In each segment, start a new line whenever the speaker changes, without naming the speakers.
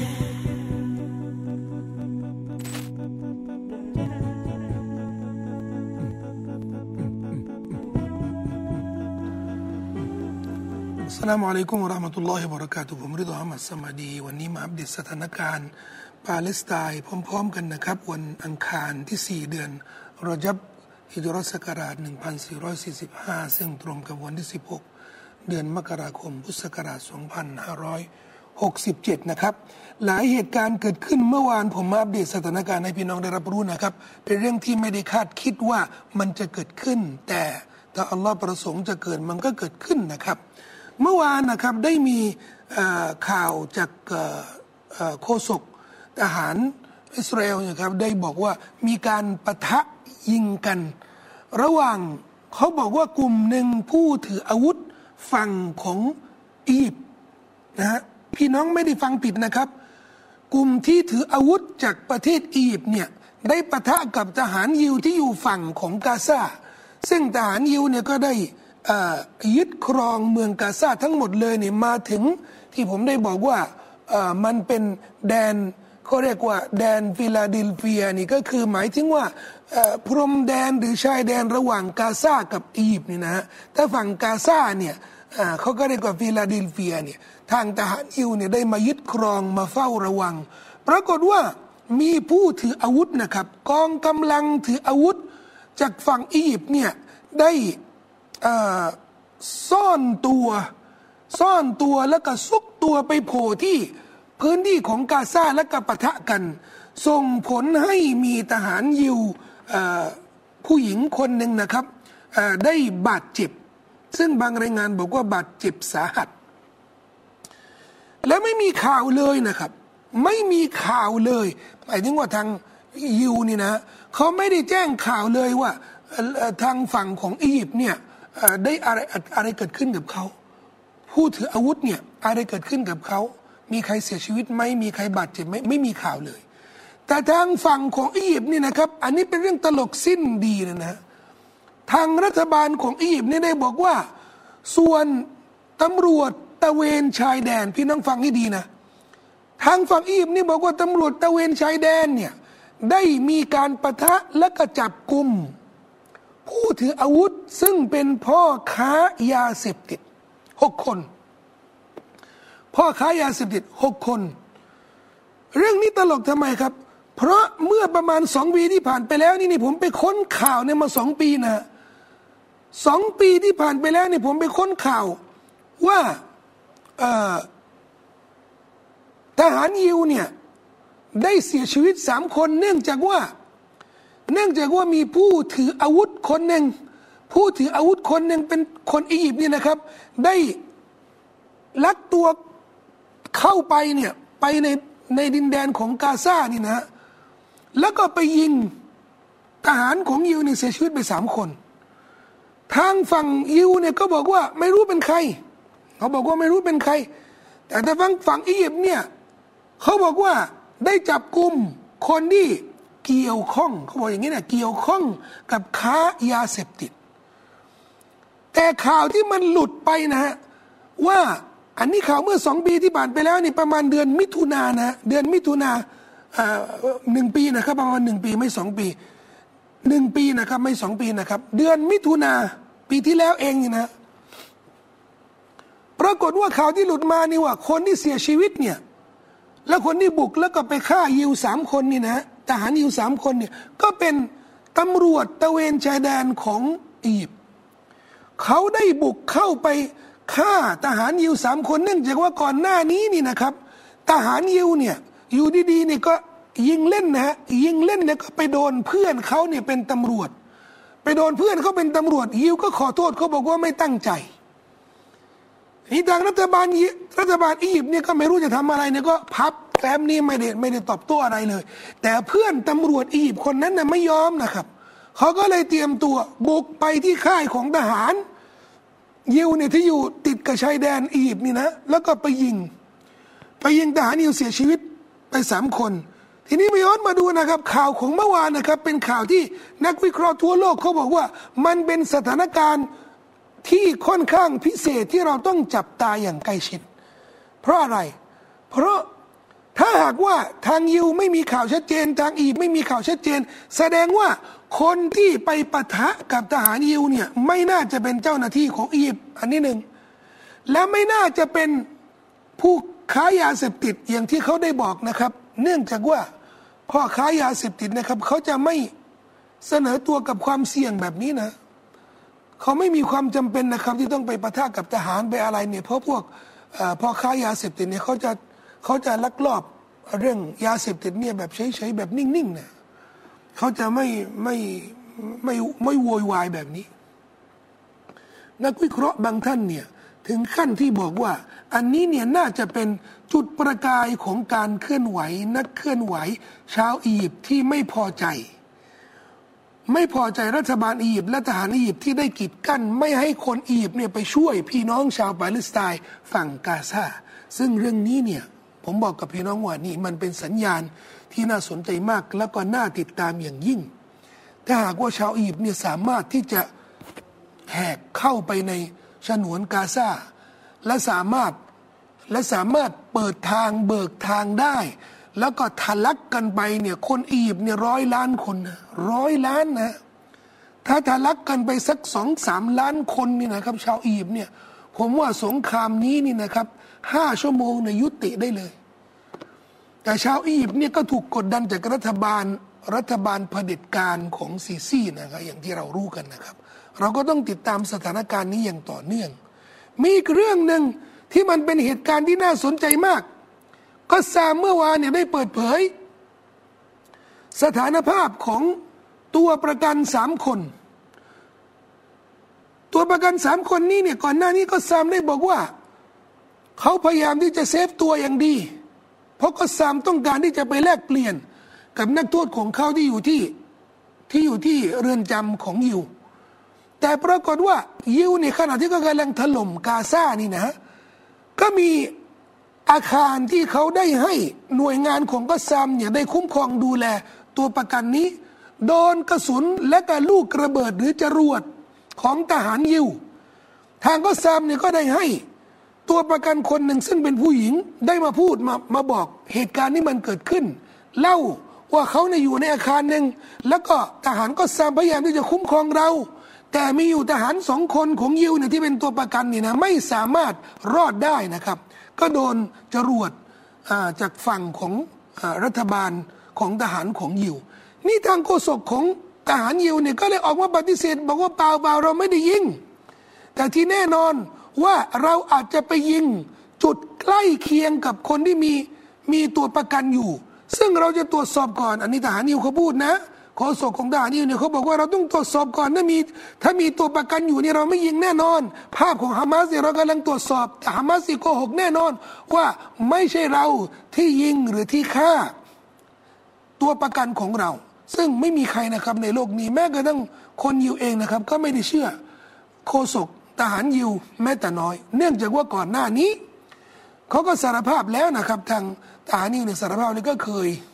อัสสลามุอะลัยกุมวะเราะห์มะตุลลอฮิวะบะเราะกาตุฮ์ผมริดวา อัฮมัด สมาดีวันนี้มาอัปเดตสถานการณ์ปาเลสไตน์พร้อมๆกันนะครับวันอังคารที่4เดือนรอญับฮิจเราะห์ศักราช1445ซึ่งตรงกับวันที่16เดือนมกราคมพุทธศักราช2567นะครับหลายเหตุการณ์เกิดขึ้นเมื่อวานผมมาอัปเดตสถานการณ์ให้พี่น้องได้รับรู้นะครับเป็นเรื่องที่ไม่ได้คาดคิดว่ามันจะเกิดขึ้นแต่ถ้าอัลลอฮ์ประสงค์จะเกิดมันก็เกิดขึ้นนะครับเมื่อวานนะครับได้มีข่าวจากโฆษกทหารอิสราเอลนะครับได้บอกว่ามีการปะทะยิงกันระหว่างเขาบอกว่ากลุ่มหนึ่งผู้ถืออาวุธฝั่งของอียิปต์นะฮะพี่น้องไม่ได้ฟังผิดนะครับกลุ่มที่ถืออาวุธจากประเทศอียิปต์เนี่ยได้ปะทะกับทหารยิวที่อยู่ฝั่งของกาซาซึ่งทหารยิวเนี่ยก็ได้ยึดครองเมืองกาซาทั้งหมดเลยเนี่ยมาถึงที่ผมได้บอกว่ามันเป็นแดนเขาเรียกว่าแดนฟิลาเดลเฟียนี่ก็คือหมายถึงว่าพรมแดนหรือชายแดนระหว่างกาซากับอียิปต์นี่นะฮะถ้าฝั่งกาซาเนี่ยเขาก็เรียกว่าฟิลาเดลเฟียเนี่ยทางทหารยิวเนี่ยได้มายึดครองมาเฝ้าระวังปรากฏว่ามีผู้ถืออาวุธนะครับกองกำลังถืออาวุธจากฝั่งอียิปต์เนี่ยได้ซ่อนตัวแล้วก็ซุกตัวไปโผล่ที่พื้นที่ของกาซาและก็ปะทะกันส่งผลให้มีทหารยิวผู้หญิงคนหนึ่งนะครับได้บาดเจ็บซึ่งบางรายงานบอกว่าบาดเจ็บสาหัสและไม่มีข่าวเลยนะครับไม่มีข่าวเลยหมายถึงว่าทางยิวนี่นะเขาไม่ได้แจ้งข่าวเลยว่าทางฝั่งของอียิปต์เนี่ยได้อะไรเกิดขึ้นกับเขาผู้ถืออาวุธเนี่ยอะไรเกิดขึ้นกับเขามีใครเสียชีวิตไหมมีใครบาดเจ็บไหมไม่มีข่าวเลยแต่ทางฝั่งของอียิปต์นี่นะครับอันนี้เป็นเรื่องตลกสิ้นดีนะทางรัฐบาลของอียิปต์นี่ได้บอกว่าส่วนตำรวจตะเวนชายแดนพี่น้องฟังให้ดีนะทางฝั่งอียิปต์นี่บอกว่าตำรวจตะเวนชายแดนเนี่ยได้มีการปะทะและก็จับกุมผู้ถืออาวุธซึ่งเป็นพ่อค้ายาเสพติด6 คนพ่อค้ายาเสพติด6 คนเรื่องนี้ตลกทำไมครับเพราะเมื่อประมาณ2 ปีที่ผ่านไปแล้วนี่ผมไปค้นข่าวเนี่ยมา2 ปีนะ2 ปีที่ผ่านไปแล้วนี่ผมไปค้นข่าวว่าทหารยิวเนี่ยได้เสียชีวิต3 คนเนื่องจากว่ามีผู้ถืออาวุธคนหนึ่งผู้ถืออาวุธคนหนึ่งเป็นคนอียิปต์นี่นะครับได้ลักตัวเข้าไปเนี่ยไปในดินแดนของกาซานี่นะแล้วก็ไปยิงทหารของยิวเนี่ยเสียชีวิตไป3 คนทางฝั่งยิวเนี่ยก็บอกว่าไม่รู้เป็นใครเขาบอกว่าไม่รู้เป็นใครแต่ทางฝั่งอียิปต์เนี่ยเขาบอกว่าได้จับกุมคนที่เกี่ยวข้องเขาบอกอย่างนี้นะเกี่ยวข้องกับค้ายาเสพติดแต่ข่าวที่มันหลุดไปนะฮะว่าอันนี้ข่าวเมื่อ2 ปีที่ผ่านไปแล้วนี่ประมาณเดือนมิถุนายนนะเดือนมิถุนา1 ปีนะครับประมาณ1 ปีไม่2 ปี1 ปีนะครับไม่2 ปีนะครับเดือนมิถุนาปีที่แล้วเองนี่นะปรากฏว่าข่าวที่หลุดมานี่ว่าคนที่เสียชีวิตเนี่ยแล้วคนที่บุกแล้วก็ไปฆ่ายิว3 คนนี่นะทหารยิว3 คนเนี่ยก็เป็นตำรวจตะเวนชายแดนของอียิปต์เขาได้บุกเข้าไปฆ่าทหารยิว3 คนเนื่องจากว่าก่อนหน้านี้นี่นะครับทหารยิวเนี่ยอยู่ดีๆนี่ก็ยิงเล่นนะฮะยิงเล่นเนี่ยก็ไปโดนเพื่อนเขาเนี่ยเป็นตำรวจไปโดนเพื่อนเขาเป็นตำรวจยิวก็ขอโทษเขาบอกว่าไม่ตั้งใจนี่ทางรัฐบาลอียิปต์เนี่ยก็ไม่รู้จะทำอะไรเนี่ยก็พับแฟ้มนี้ไม่ได้ตอบโต้อะไรเลยแต่เพื่อนตำรวจอียิปต์คนนั้นน่ะไม่ยอมนะครับเขาก็เลยเตรียมตัวบุกไปที่ค่ายของทหารยิวเนี่ยที่อยู่ติดกับชายแดนอียิปต์นี่นะแล้วก็ไปยิงทหารยิวเสียชีวิตไป3 คนทีนี้ไปย้อนมาดูนะครับข่าวของเมื่อวานนะครับเป็นข่าวที่นักวิเคราะห์ทั่วโลกเขาบอกว่ามันเป็นสถานการณ์ที่ค่อนข้างพิเศษที่เราต้องจับตาอย่างใกล้ชิดเพราะอะไรเพราะถ้าหากว่าทางยิวไม่มีข่าวชัดเจนทางอียิปต์ไม่มีข่าวชัดเจนแสดงว่าคนที่ไปปะทะกับทหารยิวเนี่ยไม่น่าจะเป็นเจ้าหน้าที่ของอียิปต์อันที่หนึ่งและไม่น่าจะเป็นผู้ค้ายาเสพติดอย่างที่เขาได้บอกนะครับเนื่องจากว่าพ่อค้ายาเสพติดนะครับเขาจะไม่เสนอตัวกับความเสี่ยงแบบนี้นะเขาไม่มีความจำเป็นนะครับที่ต้องไปปะทะกับทหารไปอะไรเนี่ยเพราะพวกพ่อค้ายาเสพติดเนี่ยเขาจะลักลอบเรื่องยาเสพติดเนี่ยแบบเฉยๆแบบนิ่งๆเนี่ยเขาจะไม่โวยวายแบบนี้นักวิเคราะห์บางท่านเนี่ยถึงขั้นที่บอกว่าอันนี้เนี่ยน่าจะเป็นจุดประกายของการเคลื่อนไหวนักเคลื่อนไหวชาวอียิปต์ที่ไม่พอใจรัฐบาลอียิปต์และทหารอียิปต์ที่ได้กีดกั้นไม่ให้คนอียิปต์เนี่ยไปช่วยพี่น้องชาวปาเลสไตน์ฝั่งกาซาซึ่งเรื่องนี้เนี่ยผมบอกกับพี่น้องว่านี่มันเป็นสัญญาณที่น่าสนใจมากแล้วก็น่าติดตามอย่างยิ่งถ้าหากว่าชาวอียิปต์เนี่ยสามารถที่จะแหกเข้าไปในฉนวนกาซาและสามารถเปิดทางเบิกทางได้แล้วก็ทะลักกันไปเนี่ยคนอียิปต์เนี่ย100 ล้านคนนะ100 ล้านนะถ้าทะลักกันไปสัก2-3 ล้านคนนี่นะครับชาวอียิปต์เนี่ยผมว่าสงครามนี้นี่นะครับ5 ชั่วโมงเนี่ยยุติได้เลยแต่ชาวอียิปต์เนี่ยก็ถูกกดดันจากรัฐบาลเผด็จการของซีซีนะครับอย่างที่เรารู้กันนะครับเราก็ต้องติดตามสถานการณ์นี้อย่างต่อเนื่องมีอีกเรื่องหนึ่งที่มันเป็นเหตุการณ์ที่น่าสนใจมากก็ซามเมื่อวานเนี่ยได้เปิดเผยสถานภาพของตัวประกัน3 คนตัวประกัน3 คนนี้เนี่ยก่อนหน้านี้ก็ซามได้บอกว่าเขาพยายามที่จะเซฟตัวอย่างดีเพราะก็ซามต้องการที่จะไปแลกเปลี่ยนกับนักโทษของเขาที่อยู่ที่เรือนจำของยิวแต่ปรากฏว่ายิวในขณะที่ก็กำลังถล่มกาซานี่นะก็มีอาคารที่เขาได้ให้หน่วยงานของกัสซามเนี่ยได้คุ้มครองดูแลตัวประกันนี้โดนกระสุนและก็ลูกระเบิดหรือจรวดของทหารยิวทางกัสซามเนี่ยก็ได้ให้ตัวประกันคนหนึ่งซึ่งเป็นผู้หญิงได้มาพูดมาบอกเหตุการณ์นี้มันเกิดขึ้นเล่าว่าเขาเนี่ยอยู่ในอาคารหนึ่งแล้วก็ทหารกัสซามพยายามที่จะคุ้มครองเราแต่มีอยู่ทหาร2 คนของยิวเนี่ยที่เป็นตัวประกันนี่นะไม่สามารถรอดได้นะครับก็โดนจรวดจากฝั่งของรัฐบาลของทหารของยิวนี่ทางโฆษกของทหารยิวเนี่ยก็เลยออกมาปฏิเสธบอกว่าเปล่าเราไม่ได้ยิงแต่ที่แน่นอนว่าเราอาจจะไปยิงจุดใกล้เคียงกับคนที่มีตัวประกันอยู่ซึ่งเราจะตรวจสอบก่อนอันนี้ทหารยิวเขาพูดนะโฆษกของทหารยิวเนี่ยเขาบอกว่าเราต้องตรวจสอบก่อนถ้ามีตัวประกันอยู่นี่เราไม่ยิงแน่นอนภาพของฮามาสเนี่ยเรากำลังตรวจสอบแต่ฮามาสโกหกแน่นอนว่าไม่ใช่เราที่ยิงหรือที่ฆ่าตัวประกันของเราซึ่งไม่มีใครนะครับในโลกนี้แม้กระทั่งคนยิวเองนะครับก็ไม่ได้เชื่อโฆษกทหารยิวแม้แต่น้อยเนื่องจากว่าก่อนหน้านี้เขาก็สารภาพแล้วนะครับทางทหารยิวเนี่ยสารภาพเลยก็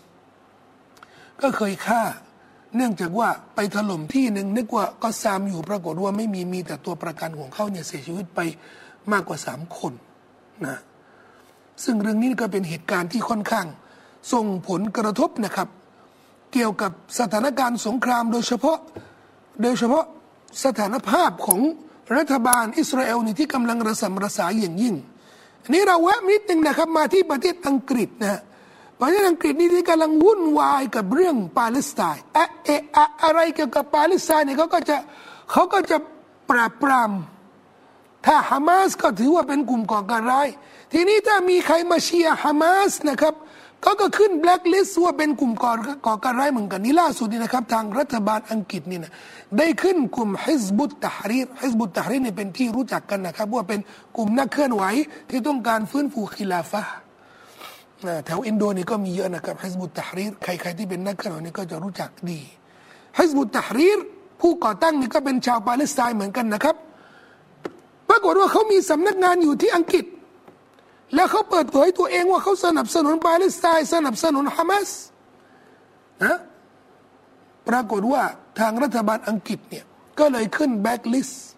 เคยฆ่าเนื่องจากว่าไปถล่มที่หนึ่งนึกว่าก็ซามอยู่ปรากฏว่าไม่มีแต่ตัวประกันของเขาเนี่ยเสียชีวิตไปมากกว่า3 คนนะซึ่งเรื่องนี้ก็เป็นเหตุการณ์ที่ค่อนข้างส่งผลกระทบนะครับเกี่ยวกับสถานการณ์สงครามโดยเฉพาะสถานภาพของรัฐบาลอิสราเอลนี่ที่กำลังระสำระสายอย่างยิ่งอันนี้เราแวะนิดนึงนะครับมาที่ประเทศอังกฤษนะประเทศอังกฤษนี่ที่กำลังวุ่นวายกับเรื่องปาเลสไตน์อะไรเกี่ยวกับปาเลสไตน์เนี่ยเขาก็จะปราบปรามถ้าฮามาสก็ถือว่าเป็นกลุ่มก่อการร้ายทีนี้ถ้ามีใครมาเชียร์ฮามาสนะครับก็ขึ้นแบล็คลิสต์ว่าเป็นกลุ่มก่อการร้ายเหมือนกันนี่ล่าสุดนี่นะครับทางรัฐบาลอังกฤษนี่นะได้ขึ้นกลุ่มฮิซบุตตะฮรีรเนี่ยเป็นที่รู้จักกันนะครับว่าเป็นกลุ่มนักเคลื่อนไหวที่ต้องการฟื้นฟูคิลาฟะห์แถวอินโดนี่ก็มีเยอะนะครับฮิซบุตตะฮรีรใครที่เป็นนักเคลื่อนไหวนี่ก็จะรู้จักดีฮิซบุตตะฮรีรผู้ก่อตั้งนี่ก็เป็นชาวปาเลสไตน์เหมือนกันนะครับปรากฏว่าเขามีสำนักงานอยู่ที่อังกฤษแล้วเขาเปิดเผยตัวเองว่าเขาสนับสนุนปาเลสไตน์สนับสนุนฮามาสนะปรากฏว่าทางรัฐบาลอังกฤษเนี่ยก็เลยขึ้นแบ็คลิสต์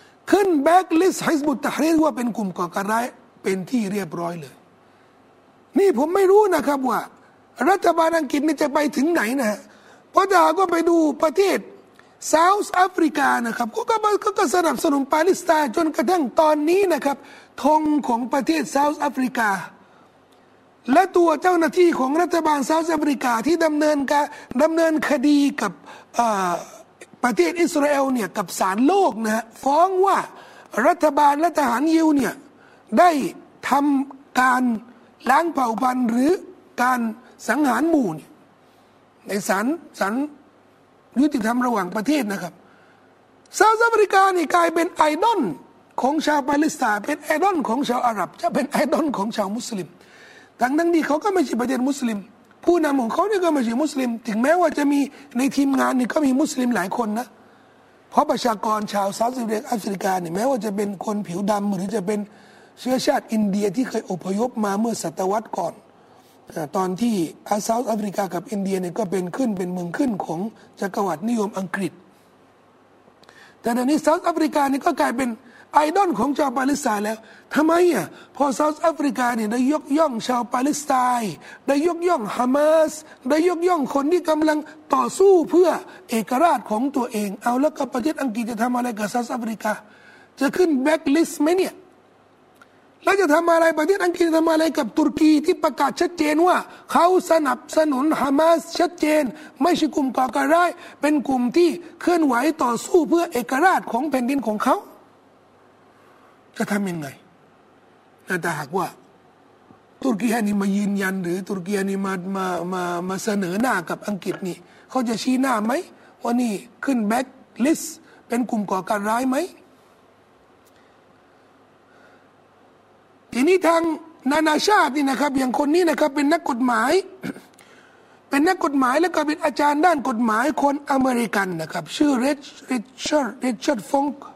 ฮิซบุตตะฮรีรว่าเป็นกลุ่มก่อการร้ายเป็นที่เรียบร้อยเลยนี่ผมไม่รู้นะครับว่ารัฐบาลอังกฤษนี่จะไปถึงไหนนะฮะเพราะถ้าก็ไปดูประเทศเซาท์แอฟริกานะครับก็สนับสนุนปาเลสไตน์จนกระทั่งตอนนี้นะครับธงของประเทศเซาท์แอฟริกาและตัวเจ้าหน้าที่ของรัฐบาลเซาท์แอฟริกาที่ดำเนินคดีกับประเทศอิสราเอลเนี่ยกับศาลโลกนะฮะฟ้องว่ารัฐบาลและทหารยิวเนี่ยได้ทำการล้างเผ่าพันธุ์หรือการสังหารหมู่เนี่ยในศาลยุติธรรมระหว่างประเทศนะครับเซาท์แอฟริกานี่กลายเป็นไอดอลของชาวปาเลสไตน์เป็นไอดอลของชาวอาหรับจะเป็นไอดอลของชาวมุสลิมทั้งที่เขาก็ไม่ใช่ประเทศมุสลิมผู้นำของเขาเนี่ยก็ไม่ใช่มุสลิมถึงแม้ว่าจะมีในทีมงานนี่ก็มีมุสลิมหลายคนนะเพราะประชากรชาวเซาท์แอฟริกาเนี่ยแม้ว่าจะเป็นคนผิวดำหรือจะเป็นเชื้อชาติอินเดียที่เคยอพยพมาเมื่อศตวรรษก่อนตอนที่เซาท์แอฟริกากับอินเดียเนี่ยก็เป็นเมืองขึ้นของจักรวรรดินิยมอังกฤษแต่ตอนนี้เซาท์แอฟริกานี่ก็กลายเป็นไอดอลของชาวปาเลสไตน์แล้วทำไมอ่ะพอเซาท์แอฟริกาเนี่ยได้ยกย่องชาวปาเลสไตน์ได้ยกย่องฮามาสได้ยกย่องคนที่กำลังต่อสู้เพื่อเอกราชของตัวเองเอาแล้วก็ประเทศอังกฤษจะทำอะไรกับเซาท์แอฟริกาจะขึ้นแบล็คลิสต์ไหมเนี่ยแล้วจะทำอะไรประเทศอังกฤษทำอะไรกับตุรกีที่ประกาศชัดเจนว่าเขาสนับสนุนฮามาสชัดเจนไม่ใช่กลุ่มก่อการร้ายเป็นกลุ่มที่เคลื่อนไหวต่อสู้เพื่อเอกราชของแผ่นดินของเขาจะทำยังไงแต่หากว่าตุรกีนี่มายืนยันหรือตุรกีนี่มาเสนอหน้ากับอังกฤษนี่เขาจะชี้หน้าไหมว่านี่ขึ้นแบ็คลิสต์เป็นกลุ่มก่อการร้ายไหมทีนี้ทางนานาชาตินี่นะครับอย่างคนนี้นะครับเป็นนักกฎหมาย เป็นนักกฎหมายแล้วก็เป็นอาจารย์ด้านกฎหมายคนอเมริกันนะครับชื่อริชาร์ดฟงก์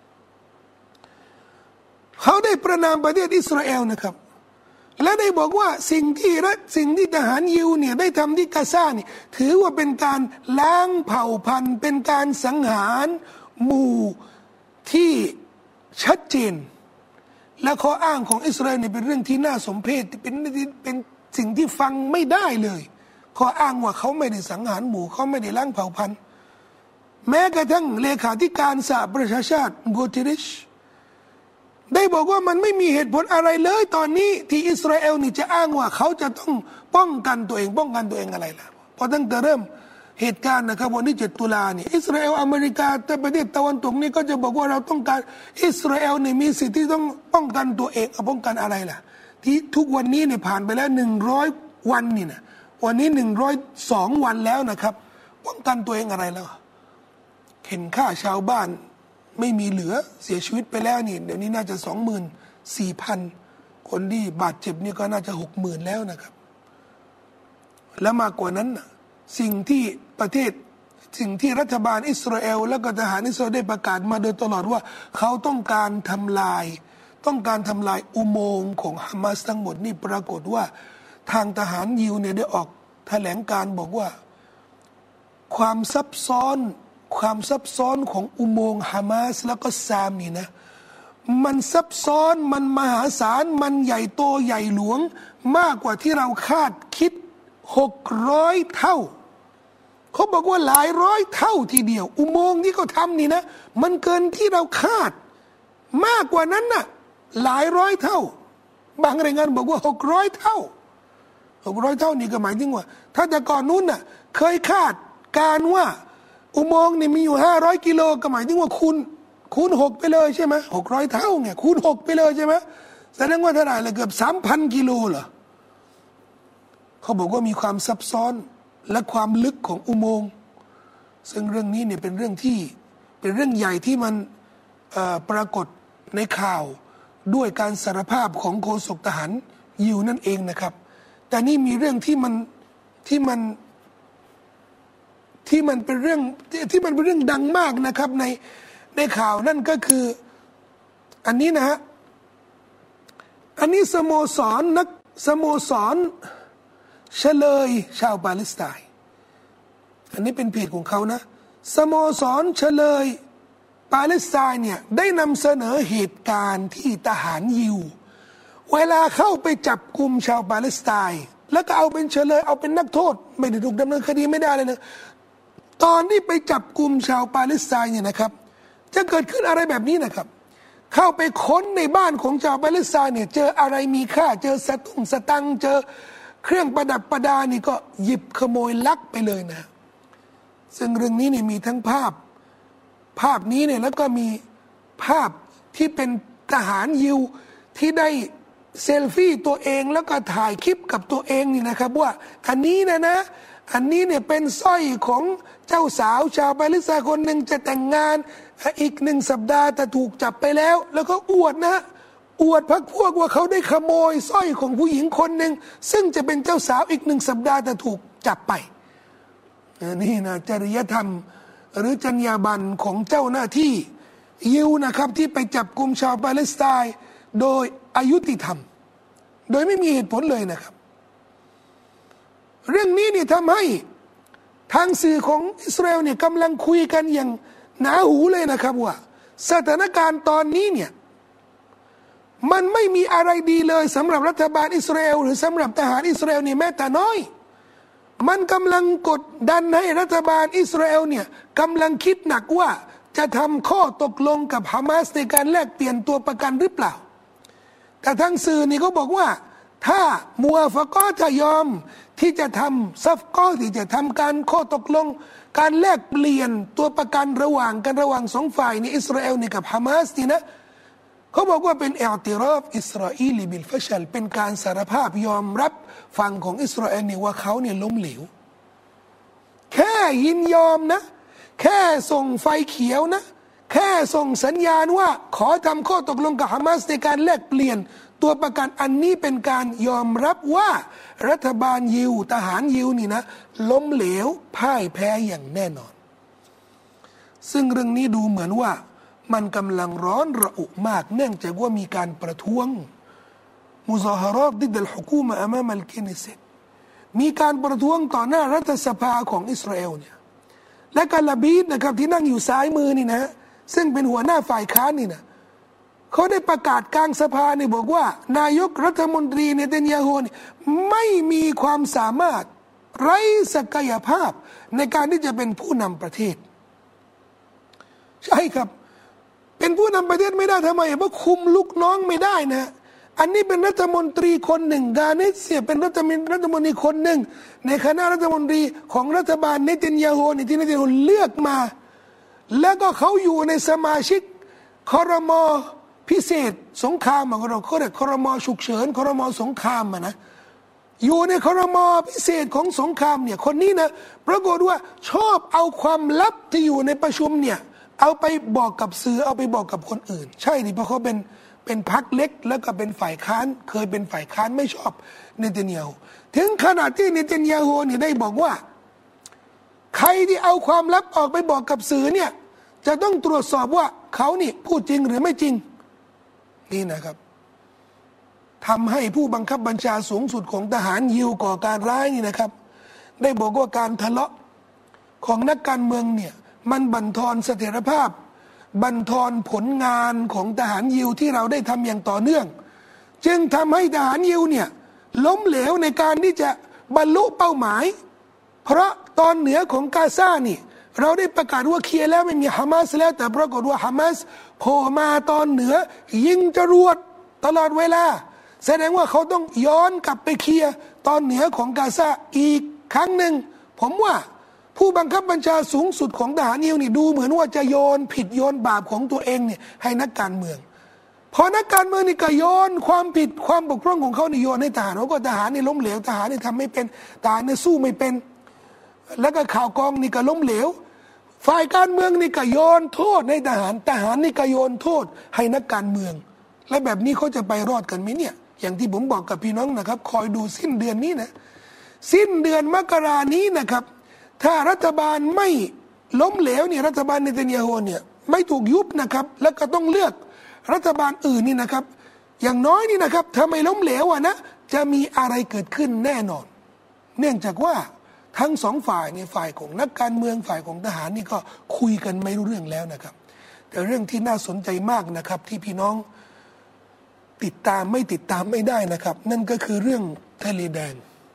เขาได้ประนามประเทศอิสราเอลนะครับและได้บอกว่าสิ่งที่ทหารยิวเนี่ยได้ทำที่กาซาเนี่ยถือว่าเป็นการล้างเผ่าพันธุ์เป็นการสังหารหมู่ที่ชัดเจนและข้ออ้างของอิสราเอลเนี่ยเป็นเรื่องที่น่าสมเพชเป็นสิ่งที่ฟังไม่ได้เลยข้ออ้างว่าเขาไม่ได้สังหารหมู่เขาไม่ได้ล้างเผ่าพันธุ์แม้กระทั่งเลขาธิการสหประชาชาติโกเทเรชได้บอกว่ามันไม่มีเหตุผลอะไรเลยตอนนี้ที่อิสราเอลนี่จะอ้างว่าเขาจะต้องป้องกันตัวเองอะไรล่ะเพราะตั้งแต่เริ่มเหตุการณ์นะครับวันที่7 ตุลาเนี่ยอิสราเอลอเมริกาแต่ประเทศตะวันตกนี่ก็จะบอกว่าเราต้องการอิสราเอลเนี่ยมีสิทธิ์ที่ต้องป้องกันตัวเองป้องกันอะไรล่ะที่ทุกวันนี้เนี่ยผ่านไปแล้ว100 วันนี่นะวันนี้102 วันแล้วนะครับป้องกันตัวเองอะไรแล้วเห็นฆ่าชาวบ้านไม่มีเหลือเสียชีวิตไปแล้วนี่เดี๋ยวนี้น่าจะ 24,000 คนที่บาดเจ็บนี่ก็น่าจะ 60,000 แล้วนะครับและมากกว่านั้นนะสิ่งที่รัฐบาลอิสราเอลและก็ทหารอิสราเอลได้ประกาศมาโดยตลอดว่าเขาต้องการทำลายอุโมงค์ของฮามาสทั้งหมดนี่ปรากฏว่าทางทหารยิวเนี่ยได้ออกแถลงการบอกว่าความซับซ้อนของอุโมงค์ฮามาสแล้วก็ซามนี่นะมันซับซ้อนมันมหาศาลมันใหญ่โตใหญ่หลวงมากกว่าที่เราคาดคิด600 เท่าเขาบอกว่าหลายร้อยเท่าทีเดียวอุโมงค์ที่เขาทำนี่นะมันเกินที่เราคาดมากกว่านั้นน่ะหลายร้อยเท่าบางรายงานบอกว่า600 เท่านี่ก็หมายถึงว่าถ้าแต่ก่อนนู้นน่ะเคยคาดการว่าอุโมงค์นี่มีอยู่500 กิโลก็หมายถึงว่าคูณ6ไปเลยใช่ไหม600 เท่าไงคูณ6ไปเลยใช่ไหมแสดงว่าเท่าไหร่ละเกือบ 3,000 กิโลเหรอเขาบอกว่ามีความซับซ้อนและความลึกของอุโมงค์ซึ่งเรื่องนี้เนี่ยเป็นเรื่องใหญ่ที่มันปรากฏในข่าวด้วยการสารภาพของโฆษกทหารยิวนั่นเองนะครับแต่นี่มีเรื่องที่มันเป็นเรื่องดังมากนะครับในข่าวนั่นก็คืออันนี้นะฮะอันนี้สโมสรเฉลยชาวปาเลสไตน์อันนี้เป็นเพจของเขานะสโมสรเฉลยปาเลสไตน์เนี่ยได้นำเสนอเหตุการณ์ที่ทหารยิวเวลาเข้าไปจับกลุ่มชาวปาเลสไตน์แล้วก็เอาเป็นเฉลยเอาเป็นนักโทษไม่ได้ถูกดำเนินคดีไม่ได้เลยนะตอนที่ไปจับกลุ่มชาวปาเลสไตน์เนี่ยนะครับจะเกิดขึ้นอะไรแบบนี้นะครับเข้าไปค้นในบ้านของชาวปาเลสไตน์เนี่ยเจออะไรมีค่าเจอสตังค์เจอเครื่องประดับประดานี่ก็หยิบขโมยลักไปเลยนะซึ่งเรื่องนี้เนี่ยมีทั้งภาพนี้เนี่ยแล้วก็มีภาพที่เป็นทหารยิวที่ได้เซลฟี่ตัวเองแล้วก็ถ่ายคลิปกับตัวเองนี่นะครับว่าอันนี้นะอันนี้เนี่ยเป็นสร้อยของเจ้าสาวชาวปาเลสไตน์คนหนึ่งจะแต่งงานอีก1 สัปดาห์แต่ถูกจับไปแล้วแล้วก็อวดนะอวดพักพวกว่าเขาได้ขโมยสร้อยของผู้หญิงคนหนึ่งซึ่งจะเป็นเจ้าสาวอีก1 สัปดาห์แต่ถูกจับไปนี่นะจริยธรรมหรือจรรยาบรรณของเจ้าหน้าที่ยิวนะครับที่ไปจับกุมชาวปาเลสไตน์โดยอายุติธรรมโดยไม่มีเหตุผลเลยนะครับเรื่องนี้เนี่ยทำให้ทางสื่อของอิสราเอลเนี่ยกำลังคุยกันอย่างหนาหูเลยนะครับว่าสถานการณ์ตอนนี้เนี่ยมันไม่มีอะไรดีเลยสำหรับรัฐบาลอิสราเอลหรือสำหรับทหารอิสราเอลเนี่ยแม้แต่น้อยมันกำลังกดดันให้รัฐบาลอิสราเอลเนี่ยกำลังคิดหนักว่าจะทำข้อตกลงกับฮามาสในการแลกเปลี่ยนตัวประกันหรือเปล่าแต่ทางสื่อนี่เขาบอกว่าถ้ามัวฟะก็จะยอมที่จะทำซัฟก็ที่จะทำการข้อตกลงการแลกเปลี่ยนตัวประกันระหว่าง2 ฝ่ายนี่อิสราเอลนี่กับฮามาสนี่นะเขาบอกว่าเป็นอิอติราฟอิสราเอลีบิลฟัชลเป็นการสารภาพยอมรับฝั่งของอิสราเอลนี่ว่าเขาเนี่ยล้มเหลวแค่ยินยอมนะแค่ส่งไฟเขียวนะแค่ส่งสัญญาณว่าขอทำข้อตกลงกับฮามาสในการแลกเปลี่ยนตัวประกันอันนี้เป็นการยอมรับว่ารัฐบาลยิวทหารยิวนี่นะล้มเหลวพ่ายแพ้อย่างแน่นอนซึ่งเรื่องนี้ดูเหมือนว่ามันกำลังร้อนระอุมากเนื่องจากว่ามีการประท้วงมุซาฮารอตดิดอัลฮุกูมะอามามัลกินเซตมีการประท้วงต่อหน้ารัฐสภาของอิสราเอลเนี่ยและกาลาบีดนะครับที่นั่งอยู่ซ้ายมือนี่นะซึ่งเป็นหัวหน้าฝ่ายค้านนี่นะเขาได้ประกาศกลางสภาเนี่ยบอกว่านายกรัฐมนตรีเนทันยาฮูนี่ไม่มีความสามารถไร้ศักยภาพในการที่จะเป็นผู้นำประเทศใช่ครับเป็นผู้นำประเทศไม่ได้ทำไมเพราะคุมลูกน้องไม่ได้นะอันนี้เป็นรัฐมนตรีคนหนึ่งกาเนสเซียเป็นรัฐมนตรีคนหนึ่งในคณะรัฐมนตรีของรัฐบาลเนทันยาฮูนี่ที่เนทันยาฮูเลือกมาแล้วก็เขาอยู่ในสมาชิกครม.พิเศษสงครามของเราเขาเรียกครม.ฉุกเฉินครม.สงครามนะอยู่ในครม.พิเศษของสงครามเนี่ยคนนี้นะปรากฏว่าชอบเอาความลับที่อยู่ในประชุมเนี่ยเอาไปบอกกับสื่อเอาไปบอกกับคนอื่นใช่ดิเพราะเขาเป็นพรรคเล็กแล้วก็เป็นฝ่ายค้านเคยเป็นฝ่ายค้านไม่ชอบเนทันยาฮูถึงขนาดที่เนทันยาฮูนี่ได้บอกว่าใครที่เอาความลับออกไปบอกกับสื่อเนี่ยจะต้องตรวจสอบว่าเขานี่พูดจริงหรือไม่จริงนี่นะครับทำให้ผู้บังคับบัญชาสูงสุดของทหารยิวก่อการร้ายนี่นะครับได้บอกว่าการทะเลาะของนักการเมืองเนี่ยมันบั่นทอนเสถียรภาพบั่นทอนผลงานของทหารยิวที่เราได้ทำอย่างต่อเนื่องจึงทำให้ทหารยิวเนี่ยล้มเหลวในการที่จะบรรลุเป้าหมายเพราะตอนเหนือของกาซานี่เราได้ประกาศว่าเคลียร์แล้วไม่มีฮามาสแล้วแต่ปรากฏว่าฮามาสโผล่มาตอนเหนือยิงจรวดตลอดเวลาแสดงว่าเขาต้องย้อนกลับไปเคลียร์ตอนเหนือของกาซาอีกครั้งหนึ่งผมว่าผู้บังคับบัญชาสูงสุดของทหารยิวนี่ดูเหมือนว่าจะโยนผิดโยนบาปของตัวเองเนี่ยให้นักการเมืองพอนักการเมืองนี่ก็โยนความผิดความบกพร่องของเขานี่โยนให้ทหารว่าก็ทหารนี่ล้มเหลวทหารนี่ทำไม่เป็นทหารนี่สู้ไม่เป็นแล้วก็ข่าวกองนี่ก็ล้มเหลวฝ่ายการเมืองนี่ก็โยนโทษให้ทหารทหารนี่ก็โยนโทษให้นักการเมืองและแบบนี้เขาจะไปรอดกันไหมเนี่ยอย่างที่ผมบอกกับพี่น้องนะครับคอยดูสิ้นเดือนนี้นะสิ้นเดือนมกรานี้นะครับถ้ารัฐบาลไม่ล้มเหลวเนี่ยรัฐบาลเนทันยาฮูเนี่ยไม่ถูกยุบนะครับแล้วก็ต้องเลือกรัฐบาลอื่นนี่นะครับอย่างน้อยนี่นะครับถ้าไม่ล้มเหลวนะจะมีอะไรเกิดขึ้นแน่นอนเนื่องจากว่าทั้ง2 ฝ่ายเนี่ยฝ่ายของนักการเมืองฝ่ายของทหารนี่ก็คุยกันไม่รู้เรื่องแล้วนะครับแต่เรื่องที่น่าสนใจมากนะครับที่พี่น้องติดตามไม่ได้นะครับ นั่นก็คือเรื่องทะเลแดง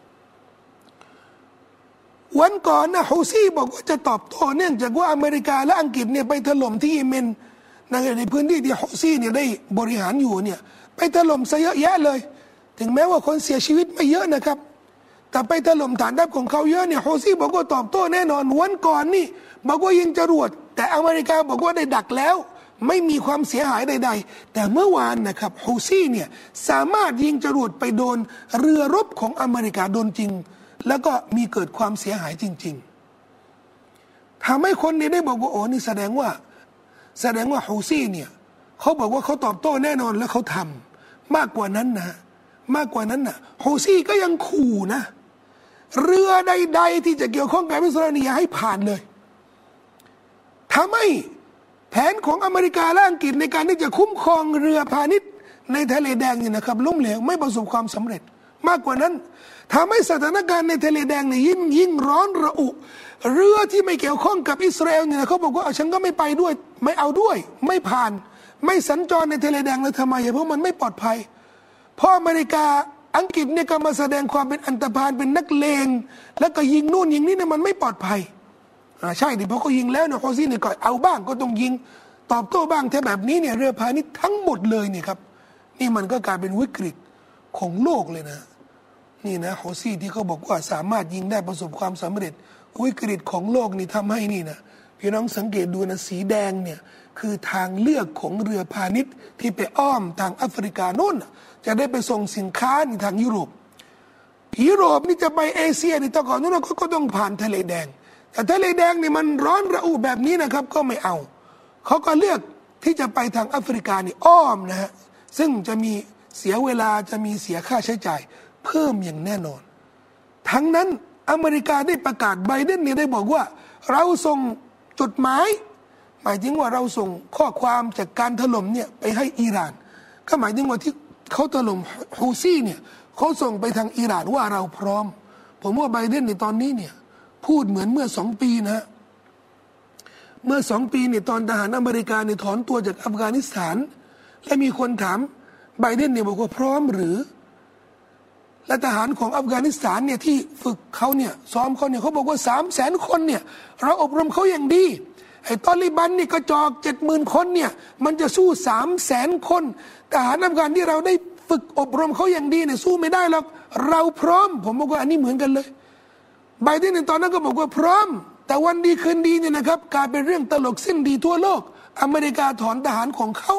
วันก่อนนะฮูซี่บอกว่าจะตอบโต้เนื่องจากว่าอเมริกาและอังกฤษเนี่ยไปถล่มที่เยเมนในพื้นที่ที่ฮูซี่เนี่ยได้บริหารอยู่เนี่ยไปถล่มซะเยอะแยะเลยถึงแม้ว่าคนเสียชีวิตไม่เยอะนะครับแต่ไปถล่มฐานทัพของเขาเยอะเนี่ยฮูซี่บอกว่าตอบโต้แน่นอนวันก่อนนี่บอกว่ายิงจรวดแต่อเมริกาบอกว่าได้ดักแล้วไม่มีความเสียหายใดๆแต่เมื่อวานนะครับฮูซี่เนี่ยสามารถยิงจรวดไปโดนเรือรบของอเมริกาโดนจริงแล้วก็มีเกิดความเสียหายจริงๆทำให้คนนี้ได้บอกว่าโอ้นี่แสดงว่าฮูซี่เนี่ยเขาบอกว่าเขาตอบโต้แน่นอนแล้วเขาทำมากกว่านั้นนะฮูซี่ก็ยังขู่นะเรือใดๆที่จะเกี่ยวข้องกับอิสราเอลอย่าให้ผ่านเลยทำให้แผนของอเมริกาและอังกฤษในการที่จะคุ้มครองเรือพาณิชย์ในทะเลแดงเนี่ยนะครับล้มเหลวไม่ประสบความสำเร็จมากกว่านั้นทำให้สถานการณ์ในทะเลแดงเนี่ยยิ่งร้อนระอุเรือที่ไม่เกี่ยวข้องกับอิสราเอลเนี่ยเขาบอกว่าฉันก็ไม่ไปด้วยไม่เอาด้วยไม่ผ่านไม่สัญจรในทะเลแดงเลยทำไมเพราะมันไม่ปลอดภัยเพราะอเมริกาอังกฤษเนี่ยก็มาแสดงความเป็นอันธพาลเป็นนักเลงแล้วก็ยิงนู่นยิงนี่เนี่ยมันไม่ปลอดภัยใช่ดิเพราะเขายิงแล้วเนี่ยฮูซี่เนี่ยก็เอาบ้างก็ต้องยิงตอบโต้บ้างแต่แบบนี้เนี่ยเรือพาณิชย์ทั้งหมดเลยเนี่ยครับนี่มันก็กลายเป็นวิกฤตของโลกเลยนะนี่นะฮูซี่ที่เขาบอกว่าสามารถยิงได้ประสบความสำเร็จวิกฤตของโลกนี่ทำให้นี่นะพี่น้องสังเกตดูนะสีแดงเนี่ยคือทางเลือกของเรือพาณิชย์ที่ไปอ้อมทางแอฟริกาโน่นจะได้ไปส่งสินค้าในทางยุโรปนี่จะไปเอเชียนี่แต่ก่อนนู้นก็ต้องผ่านทะเลแดงแต่ทะเลแดงนี่มันร้อนระอุแบบนี้นะครับก็ไม่เอาเขาก็เลือกที่จะไปทางแอฟริกานี่อ้อมนะฮะซึ่งจะมีเสียเวลาจะมีเสียค่าใช้จ่ายเพิ่มอย่างแน่นอนทั้งนั้นอเมริกาได้ประกาศไบเดนเนี่ยได้บอกว่าเราส่งจดหมายหมายถึงว่าเราส่งข้อความจากการถล่มเนี่ยไปให้อิหร่านก็หมายถึงว่าที่เขาถล่มฮูซี่เนี่ยเขาส่งไปทางอิหร่านว่าเราพร้อมผมว่าไบเดนในตอนนี้เนี่ยพูดเหมือนเมื่อ2 ปีนะเมื่อ2 ปีเนี่ยตอนทหารอเมริกาเนี่ยถอนตัวจากอัฟกานิสถานและมีคนถามไบเดนเนี่ยบอกว่าพร้อมหรือและทหารของอัฟกานิสถานเนี่ยที่ฝึกเขาเนี่ยซ้อมเขาเนี่ยเขาบอกว่า300,000 คนเนี่ยเราอบรมเขาอย่างดีไอ้ตอลิบันนี่กระจอก 70,000 คนเนี่ยมันจะสู้300,000 คนทหารอัฟกานที่เราได้ฝึกอบรมเขาอย่างดีเนี่ยสู้ไม่ได้หรอกเราพร้อมผมบอกว่าอันนี้เหมือนกันเลยไบเดนในตอนนั้นก็บอกว่าพร้อมแต่วันดีคืนดีเนี่ยนะครับกลายเป็นเรื่องตลกสิ้นดีทั่วโลกอเมริกาถอนทหารของเขา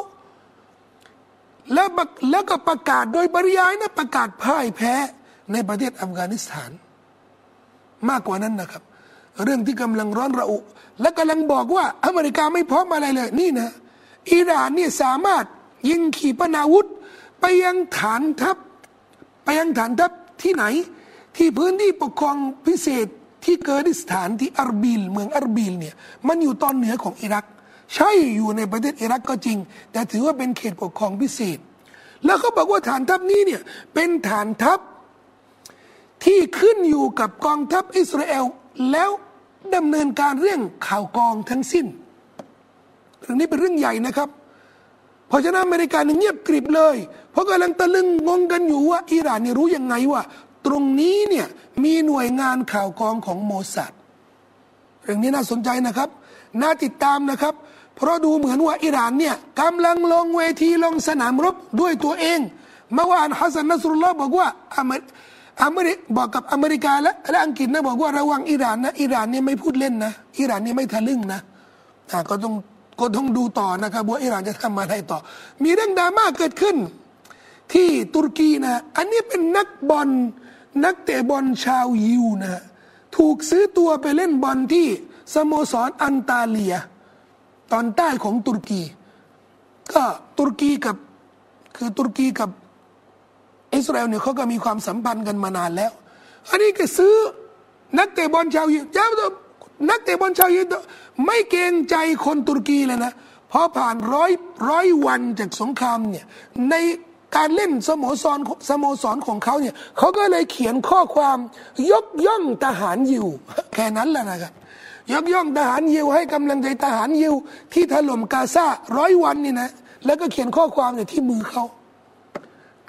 แล้วก็ประกาศโดยปริยายนะประกาศพ่ายแพ้ในประเทศอัฟกานิสถานมากกว่านั้นนะครับเรื่องที่กำลังร้อนระอุและกำลังบอกว่าอเมริกาไม่พร้อมอะไรเลยนี่นะอิหร่านนี่สามารถยิงขีปนาวุธไปยังฐานทัพที่ไหนที่พื้นที่ปกครองพิเศษที่เกิร์ดิสถานที่อัรบิลเมืองอัรบิลเนี่ยมันอยู่ตอนเหนือของอิรักใช่อยู่ในประเทศอิรักก็จริงแต่ถือว่าเป็นเขตปกครองพิเศษแล้วเขาบอกว่าฐานทัพนี้เนี่ยเป็นฐานทัพที่ขึ้นอยู่กับกองทัพอิสราเอลแล้วดำเนินการเรื่องข่าวกรองทั้งสิ้นเรื่องนี้เป็นเรื่องใหญ่นะครับเพราะฉะนั้นอเมริกาเงียบกริบเลยเพราะกำลังตะลึงงงกันอยู่ว่าอิหร่านเนี่ยรู้ยังไงว่าตรงนี้เนี่ยมีหน่วยงานข่าวกรองของโมซัดเรื่องนี้น่าสนใจนะครับน่าติดตามนะครับเพราะดูเหมือนว่าอิหร่านเนี่ยกำลังลงเวทีลงสนามรบด้วยตัวเองเมื่อวานฮัสซันนัสรุลลอฮ์บอกว่าบอกกับอเมริกาและอังกฤษนะบอกว่าระวังอิหร่านนะอิหร่านเนี่ยไม่พูดเล่นนะอิหร่านเนี่ยไม่ทะลึ่งนะก็ต้องดูต่อนะครับว่าอิหร่านจะทำอะไรต่อมีเรื่องดราม่าเกิดขึ้นที่ตุรกีนะอันนี้เป็นนักเตะบอลชาวยิวนะถูกซื้อตัวไปเล่นบอลที่สโมสรอันตาเลียตอนใต้ของตุรกีก็ตุรกีกับอิสราเอลเนี่ยเขาก็มีความสัมพันธ์กันมานานแล้วอันนี้ก็ซื้อนักเตะบอลชาวยิวนักเตะบอลชาวยิวไม่เกรงใจคนตุรกีเลยนะพอผ่านร้อยวันจากสงครามเนี่ยในการเล่นสโมสรของเขาเนี่ยเขาก็เลยเขียนข้อความยกย่องทหารยิวแค่นั้นแหละนะครับยกย่องทหารยิวให้กำลังใจทหารยิวที่ถล่มกาซา100 วันนี่นะแล้วก็เขียนข้อความเนี่ยที่มือเขา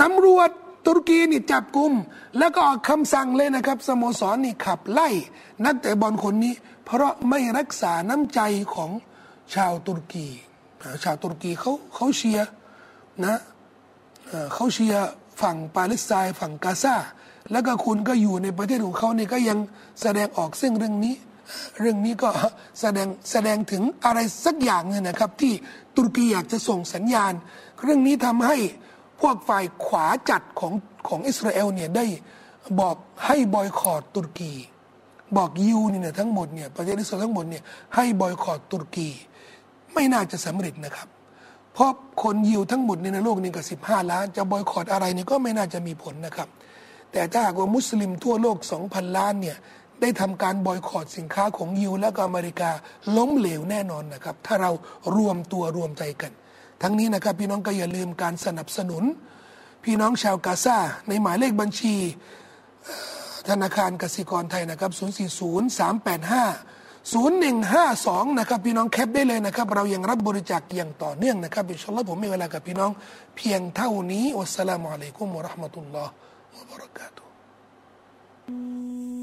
ตำรวจตุรกีนี่จับกุมแล้วก็ออกคำสั่งเลยนะครับสโมสรนี่ขับไล่นักเตะบอลคนนี้ เพราะไม่รักษาน้ำใจของชาวตุรกีชาวตุรกีเขาเชียร์นะเขาเชียร์ฝั่งปาเลสไตน์ฝั่งกาซาแล้วก็คุณก็อยู่ในประเทศของเขาเนี่ยก็ยังแสดงออกซึ่งเรื่องนี้ก็แสดงถึงอะไรสักอย่างนึงนะครับที่ตุรกีอยากจะส่งสัญญาณเรื่องนี้ทำให้พวกฝ่ายขวาจัดของอิสราเอลเนี่ยได้บอกให้บอยคอตตุรกีบอกยูเนี่ยทั้งหมดเนี่ยประเทศอิสราเอลทั้งหมดเนี่ยให้บอยคอตตุรกีไม่น่าจะสำเร็จนะครับเพราะคนยิวทั้งหมดในโลกนี้ก็15 ล้านจะบอยคอตอะไรนี่ก็ไม่น่าจะมีผลนะครับแต่ถ้าหากว่ามุสลิมทั่วโลก 2,000 ล้านเนี่ยได้ทำการบอยคอตสินค้าของยิวและก็อเมริกาล้มเหลวแน่นอนนะครับถ้าเรารวมตัวรวมใจกันทั้งนี้นะครับพี่น้องก็อย่าลืมการสนับสนุนพี่น้องชาวกาซาในหมายเลขบัญชีธนาคารกสิกรไทยนะครับ040-385-0152นะครับพี่น้องแคปได้เลยนะครับเรายังรับบริจาคอย่างต่อเนื่องนะครับอินชาอัลลอฮ์ผมมีเวลากับพี่น้องเพียงเท่านี้วัสสลามุอะลัยกุมวะเราะห์มะตุลลอฮ์วะบะเราะกาตุฮ์